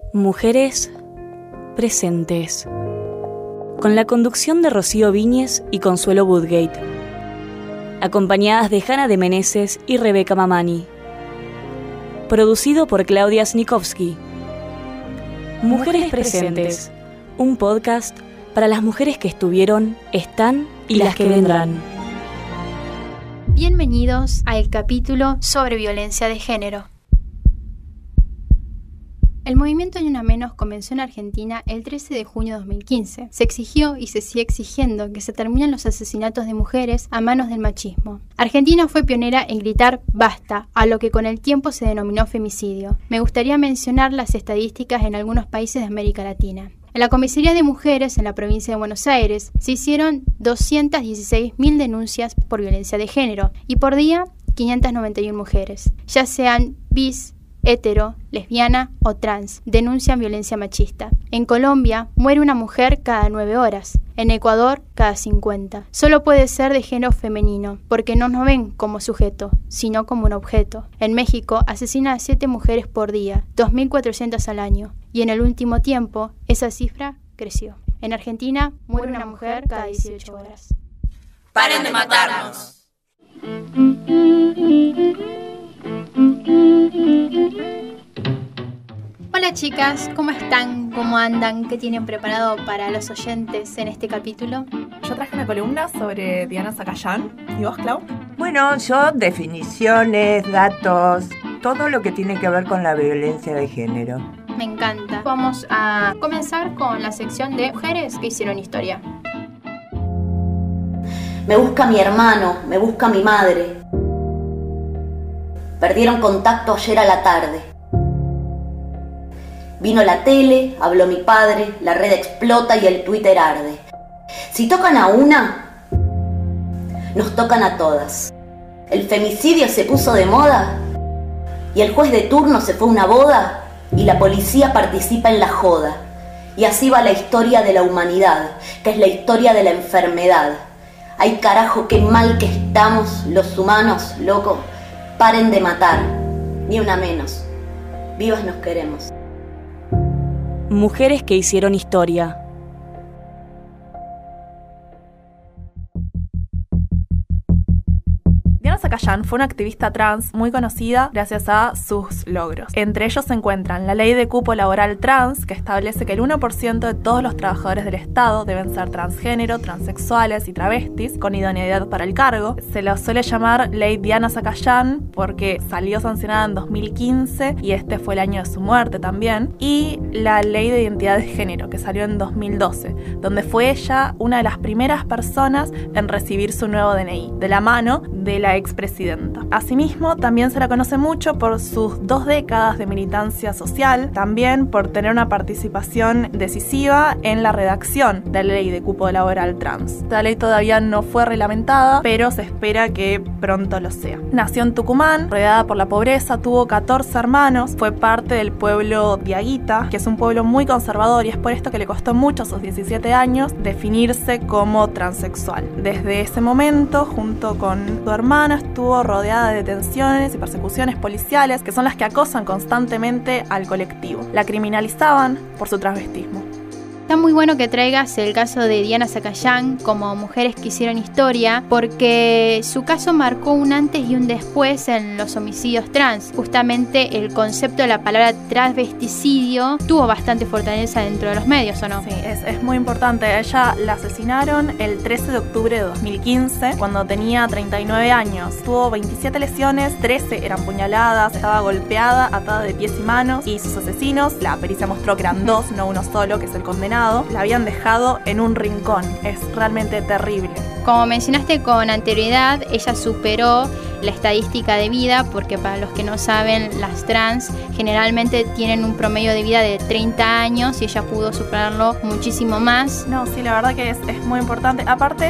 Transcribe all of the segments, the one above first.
Mujeres presentes. Con la conducción de Rocío Viñes y Consuelo Woodgate. Acompañadas de Hanna de Meneses y Rebeca Mamani. Producido por Claudia Snikovsky. Mujeres presentes. Un podcast para las mujeres que estuvieron, están y las que vendrán. Bienvenidos al capítulo sobre violencia de género. El movimiento Ni Una Menos comenzó en Argentina el 13 de junio de 2015. Se exigió y se sigue exigiendo que se terminen los asesinatos de mujeres a manos del machismo. Argentina fue pionera en gritar basta a lo que con el tiempo se denominó femicidio. Me gustaría mencionar las estadísticas en algunos países de América Latina. En la comisaría de mujeres en la provincia de Buenos Aires se hicieron 216.000 denuncias por violencia de género y por día 591 mujeres, ya sean bis, hetero, lesbiana o trans, denuncian violencia machista. En Colombia muere una mujer cada 9 horas, en Ecuador cada 50. Solo puede ser de género femenino, porque no nos ven como sujeto, sino como un objeto. En México asesinan a 7 mujeres por día, 2.400 al año, y en el último tiempo esa cifra creció. En Argentina muere una mujer cada 18 horas. ¡Paren de matarnos! Hola chicas, ¿cómo están? ¿Cómo andan? ¿Qué tienen preparado para los oyentes en este capítulo? Yo traje una columna sobre Diana Zacayán. ¿Y vos, Clau? Bueno, yo definiciones, datos, todo lo que tiene que ver con la violencia de género. Me encanta. Vamos a comenzar con la sección de mujeres que hicieron historia. Me busca mi hermano, me busca mi madre. Perdieron contacto ayer a la tarde. Vino la tele, habló mi padre, la red explota y el Twitter arde. Si tocan a una, nos tocan a todas. El femicidio se puso de moda y el juez de turno se fue a una boda y la policía participa en la joda. Y así va la historia de la humanidad, que es la historia de la enfermedad. Ay carajo, qué mal que estamos los humanos, loco. Paren de matar, ni una menos. Vivas nos queremos. Mujeres que hicieron historia. Diana Zacayán fue una activista trans muy conocida gracias a sus logros. Entre ellos se encuentran la ley de cupo laboral trans, que establece que el 1% de todos los trabajadores del Estado deben ser transgénero, transexuales y travestis, con idoneidad para el cargo. Se la suele llamar ley Diana Zacayán porque salió sancionada en 2015 y este fue el año de su muerte también. Y la ley de identidad de género, que salió en 2012, donde fue ella una de las primeras personas en recibir su nuevo DNI, de la mano de la expresidenta. Asimismo, también se la conoce mucho por sus 2 décadas de militancia social, también por tener una participación decisiva en la redacción de la ley de cupo laboral trans. Esta ley todavía no fue reglamentada, pero se espera que pronto lo sea. Nació en Tucumán, rodeada por la pobreza, tuvo 14 hermanos, fue parte del pueblo diaguita, que es un pueblo muy conservador y es por esto que le costó mucho a sus 17 años definirse como transexual. Desde ese momento, junto con su hermana, estuvo rodeada de detenciones y persecuciones policiales que son las que acosan constantemente al colectivo. La criminalizaban por su transvestismo. Está muy bueno que traigas el caso de Diana Zacayán como mujeres que hicieron historia, porque su caso marcó un antes y un después en los homicidios trans. Justamente el concepto de la palabra transvesticidio tuvo bastante fortaleza dentro de los medios, ¿o no? Sí, es muy importante. A ella la asesinaron el 13 de octubre de 2015, cuando tenía 39 años. Tuvo 27 lesiones, 13 eran puñaladas, estaba golpeada, atada de pies y manos, y sus asesinos, la pericia mostró que eran 2, no uno solo, que es el condenado, la habían dejado en un rincón. Es realmente terrible. Como mencionaste con anterioridad, ella superó la estadística de vida, porque para los que no saben, las trans generalmente tienen un promedio de vida de 30 años y ella pudo superarlo muchísimo más. No, sí, la verdad que es muy importante. Aparte,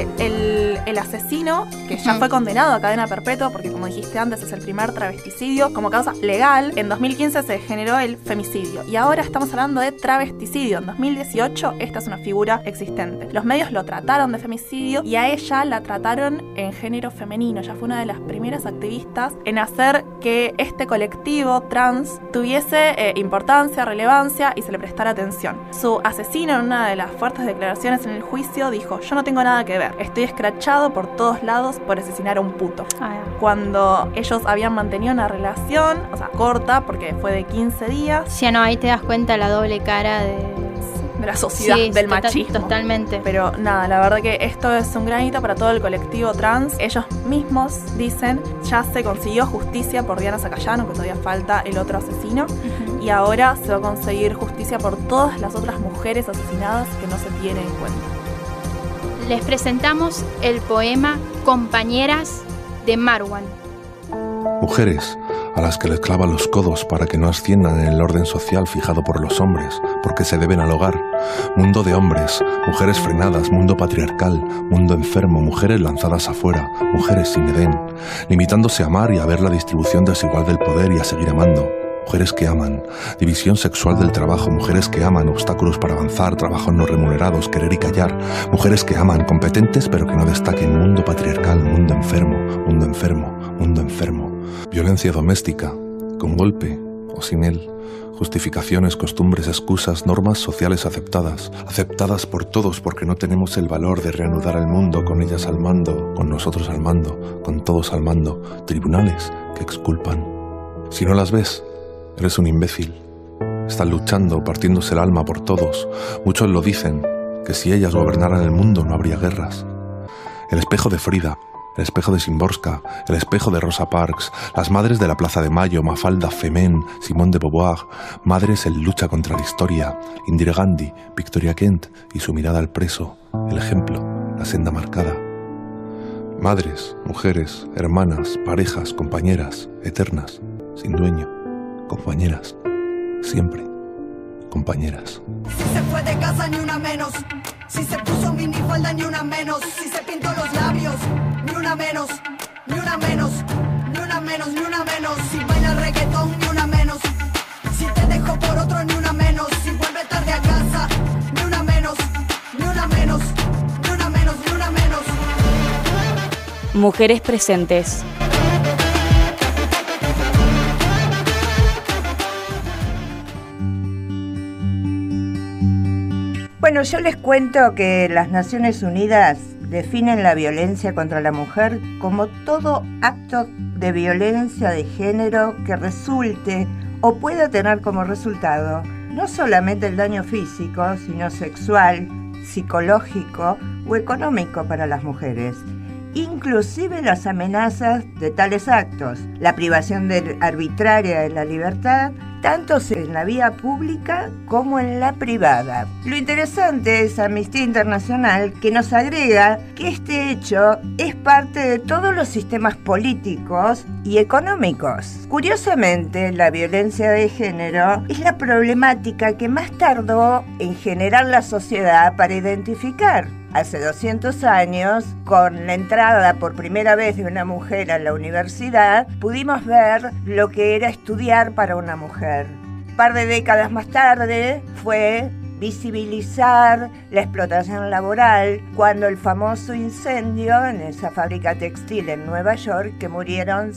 el asesino, que ya fue condenado a cadena perpetua, porque como dijiste antes, es el primer travesticidio como causa legal, en 2015 se generó el femicidio. Y ahora estamos hablando de travesticidio. En 2018, esta es una figura existente. Los medios lo trataron de femicidio y a ella la trataron en género femenino. Ya fue una de las primeras activistas en hacer que este colectivo trans tuviese importancia, relevancia y se le prestara atención. Su asesino, en una de las fuertes declaraciones en el juicio, dijo: yo no tengo nada que ver, estoy escrachado por todos lados por asesinar a un puto. Cuando ellos habían mantenido una relación, o sea, corta, porque fue de 15 días. Ya no, ahí te das cuenta la doble cara de la sociedad, sí, del machismo. Totalmente. Pero nada, la verdad que esto es un granito para todo el colectivo trans. Ellos mismos dicen: ya se consiguió justicia por Diana Zacayán, que todavía falta el otro asesino, y ahora se va a conseguir justicia por todas las otras mujeres asesinadas que no se tienen en cuenta. Les presentamos el poema Compañeras de Marwan. Mujeres a las que les clavan los codos para que no asciendan en el orden social fijado por los hombres, porque se deben al hogar. Mundo de hombres, mujeres frenadas, mundo patriarcal, mundo enfermo, mujeres lanzadas afuera, mujeres sin Edén, limitándose a amar y a ver la distribución desigual del poder y a seguir amando. Mujeres que aman, división sexual del trabajo, mujeres que aman, obstáculos para avanzar, trabajos no remunerados, querer y callar, mujeres que aman, competentes pero que no destaquen, mundo patriarcal, mundo enfermo, mundo enfermo, mundo enfermo. Violencia doméstica, con golpe o sin él. Justificaciones, costumbres, excusas, normas sociales aceptadas por todos porque no tenemos el valor de reanudar el mundo con ellas al mando, con nosotros al mando, con todos al mando, tribunales que exculpan. Si no las ves, eres un imbécil. Están luchando, partiéndose el alma por todos. Muchos lo dicen, que si ellas gobernaran el mundo no habría guerras. El espejo de Frida, el espejo de Szymborska, el espejo de Rosa Parks, las madres de la Plaza de Mayo, Mafalda, Femén, Simone de Beauvoir, madres en lucha contra la historia, Indira Gandhi, Victoria Kent y su mirada al preso, el ejemplo, la senda marcada. Madres, mujeres, hermanas, parejas, compañeras, eternas, sin dueño, compañeras, siempre, compañeras. Si se fue de casa ni una menos, si se puso minifalda ni una menos, si se pintó los labios ni una menos, ni una menos, ni una menos, ni una menos, si baila reggaetón ni una menos, si te dejó por otro ni una menos, si vuelve tarde a casa ni una menos, ni una menos, ni una menos, ni una menos. Mujeres presentes. Bueno, yo les cuento que las Naciones Unidas definen la violencia contra la mujer como todo acto de violencia de género que resulte o pueda tener como resultado no solamente el daño físico, sino sexual, psicológico o económico para las mujeres. Inclusive las amenazas de tales actos, la privación arbitraria de la libertad, tanto en la vía pública como en la privada. Lo interesante es Amnistía Internacional, que nos agrega que este hecho es parte de todos los sistemas políticos y económicos. Curiosamente, la violencia de género es la problemática que más tardó en generar la sociedad para identificar. Hace 200 años, con la entrada por primera vez de una mujer a la universidad, pudimos ver lo que era estudiar para una mujer. Un par de décadas más tarde fue visibilizar la explotación laboral cuando el famoso incendio en esa fábrica textil en Nueva York, que murieron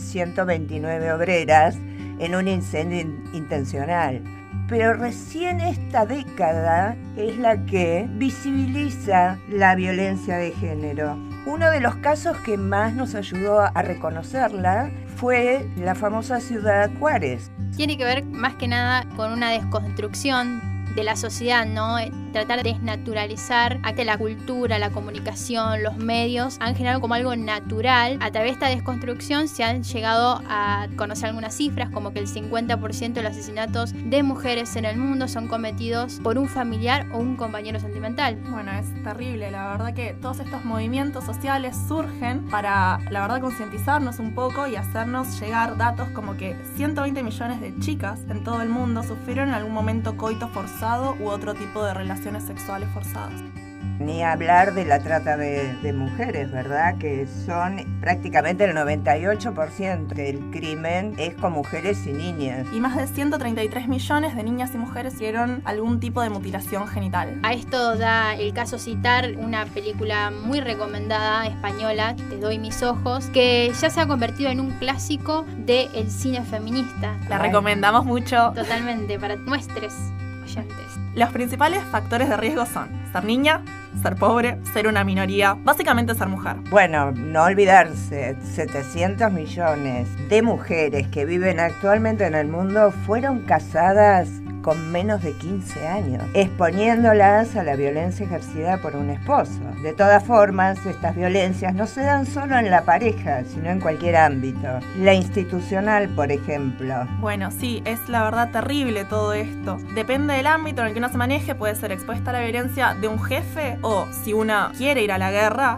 129 obreras en un incendio intencional. Pero recién esta década es la que visibiliza la violencia de género. Uno de los casos que más nos ayudó a reconocerla fue la famosa ciudad Juárez. Tiene que ver más que nada con una desconstrucción de la sociedad, ¿no? Tratar de desnaturalizar hasta la cultura, la comunicación, los medios han generado como algo natural. A través de esta desconstrucción se han llegado a conocer algunas cifras, como que el 50% de los asesinatos de mujeres en el mundo son cometidos por un familiar o un compañero sentimental. Bueno, es terrible, la verdad que todos estos movimientos sociales surgen para, la verdad, concientizarnos un poco y hacernos llegar datos como que 120 millones de chicas en todo el mundo sufrieron en algún momento coito forzado u otro tipo de relaciones sexuales forzadas. Ni hablar de la trata de mujeres, ¿verdad? Que son prácticamente el 98% del crimen es con mujeres y niñas. Y más de 133 millones de niñas y mujeres hicieron algún tipo de mutilación genital. A esto da el caso citar una película muy recomendada española, Te doy mis ojos, que ya se ha convertido en un clásico del cine feminista. La recomendamos mucho. Totalmente, para nuestros oyentes. Los principales factores de riesgo son ser niña, ser pobre, ser una minoría, básicamente ser mujer. Bueno, no olvidarse, 700 millones de mujeres que viven actualmente en el mundo fueron casadas con menos de 15 años, exponiéndolas a la violencia ejercida por un esposo. De todas formas, estas violencias no se dan solo en la pareja, sino en cualquier ámbito. La institucional, por ejemplo. Bueno, sí, es la verdad terrible todo esto. Depende del ámbito en el que uno se maneje, puede ser expuesta a la violencia de un jefe o, si una quiere ir a la guerra,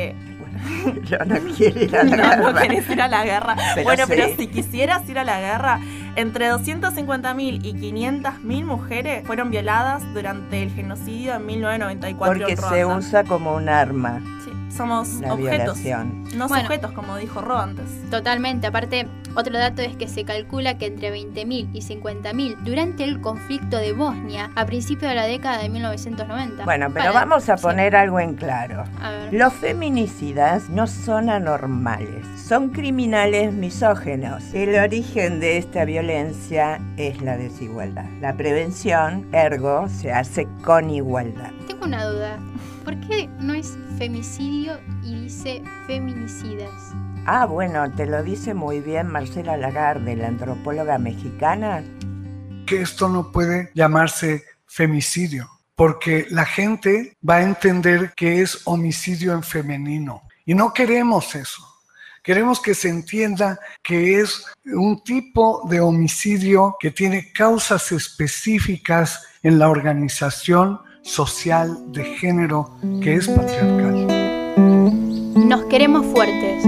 yo no quiero ir a la guerra. No querés ir a la guerra. Pero bueno, sí. pero si quisieras ir a la guerra, entre 250.000 y 500.000 mujeres fueron violadas durante el genocidio en 1994 Porque en Ruanda. se usa como un arma. Sí, somos La objetos, violación. no sujetos, como dijo Ro antes. Totalmente. Aparte, otro dato es que se calcula que entre 20.000 y 50.000 durante el conflicto de Bosnia a principios de la década de 1990. Bueno, pero vamos a poner algo en claro. A ver. Los feminicidas no son anormales, son criminales misógenos. El origen de esta violencia es la desigualdad. La prevención, ergo, se hace con igualdad. Tengo una duda. ¿Por qué no es femicidio y dice feminicidas? Ah, bueno, te lo dice muy bien Marcela Lagarde, la antropóloga mexicana. Que esto no puede llamarse femicidio, porque la gente va a entender que es homicidio en femenino. Y no queremos eso. Queremos que se entienda que es un tipo de homicidio que tiene causas específicas en la organización social de género que es patriarcal. Nos queremos fuertes.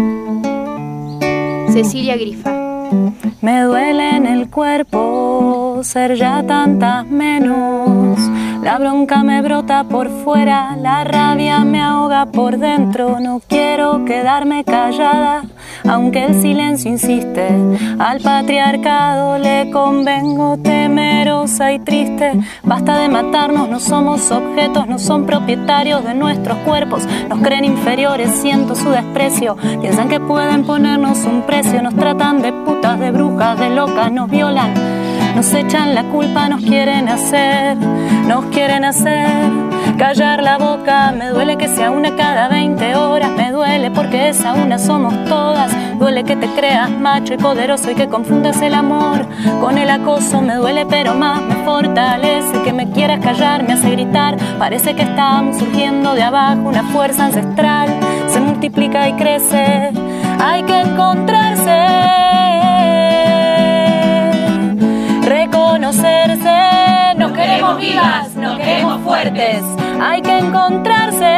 Cecilia Grifa. Me duele en el cuerpo ser ya tantas menos. La bronca me brota por fuera, la rabia me ahoga por dentro. No quiero quedarme callada, aunque el silencio insiste. Al patriarcado le convengo, temerosa y triste. Basta de matarnos, no somos objetos, no son propietarios de nuestros cuerpos. Nos creen inferiores, siento su desprecio. Piensan que pueden ponernos un precio. Nos tratan de putas, de brujas, de locas, nos violan. Nos echan la culpa, nos quieren hacer callar la boca. Me duele que sea una cada 20 horas. Me duele porque esa una somos todas. Duele que te creas macho y poderoso y que confundas el amor con el acoso. Me duele pero más me fortalece que me quieras callar, me hace gritar. Parece que estamos surgiendo de abajo, una fuerza ancestral se multiplica y crece. Hay que encontrarse, reconocerse. Nos queremos vivas, nos queremos fuertes. Hay que encontrarse,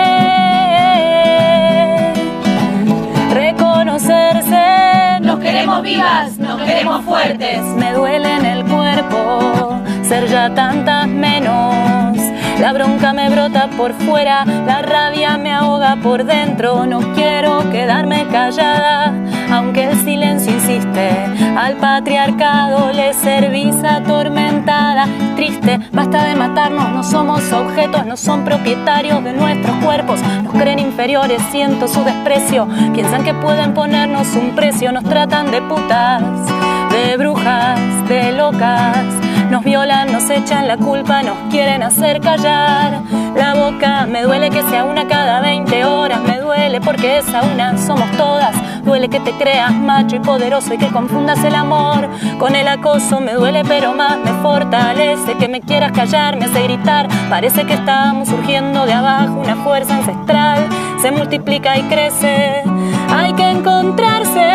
reconocerse. Nos queremos vivas, nos queremos fuertes. Me duele en el cuerpo ser ya tantas menos. La bronca me brota por fuera, la rabia me ahoga por dentro. No quiero quedarme callada, aunque el silencio insiste. Al patriarcado le servís atormentada, triste. Basta de matarnos, no somos objetos, no son propietarios de nuestros cuerpos. Nos creen inferiores, siento su desprecio. Piensan que pueden ponernos un precio. Nos tratan de putas, de brujas, de locas. Nos violan, nos echan la culpa, nos quieren hacer callar la boca. Me duele que sea una cada 20 horas. Me duele porque esa una somos todas. Duele que te creas macho y poderoso y que confundas el amor con el acoso. Me duele pero más me fortalece que me quieras callar, me hace gritar. Parece que estamos surgiendo de abajo, una fuerza ancestral se multiplica y crece. Hay que encontrarse,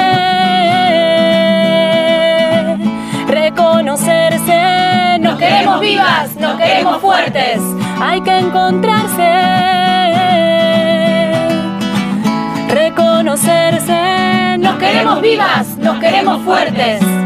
reconocerse. Nos queremos vivas, nos queremos fuertes. Hay que encontrarse, reconocerse. Nos queremos vivas, nos queremos fuertes.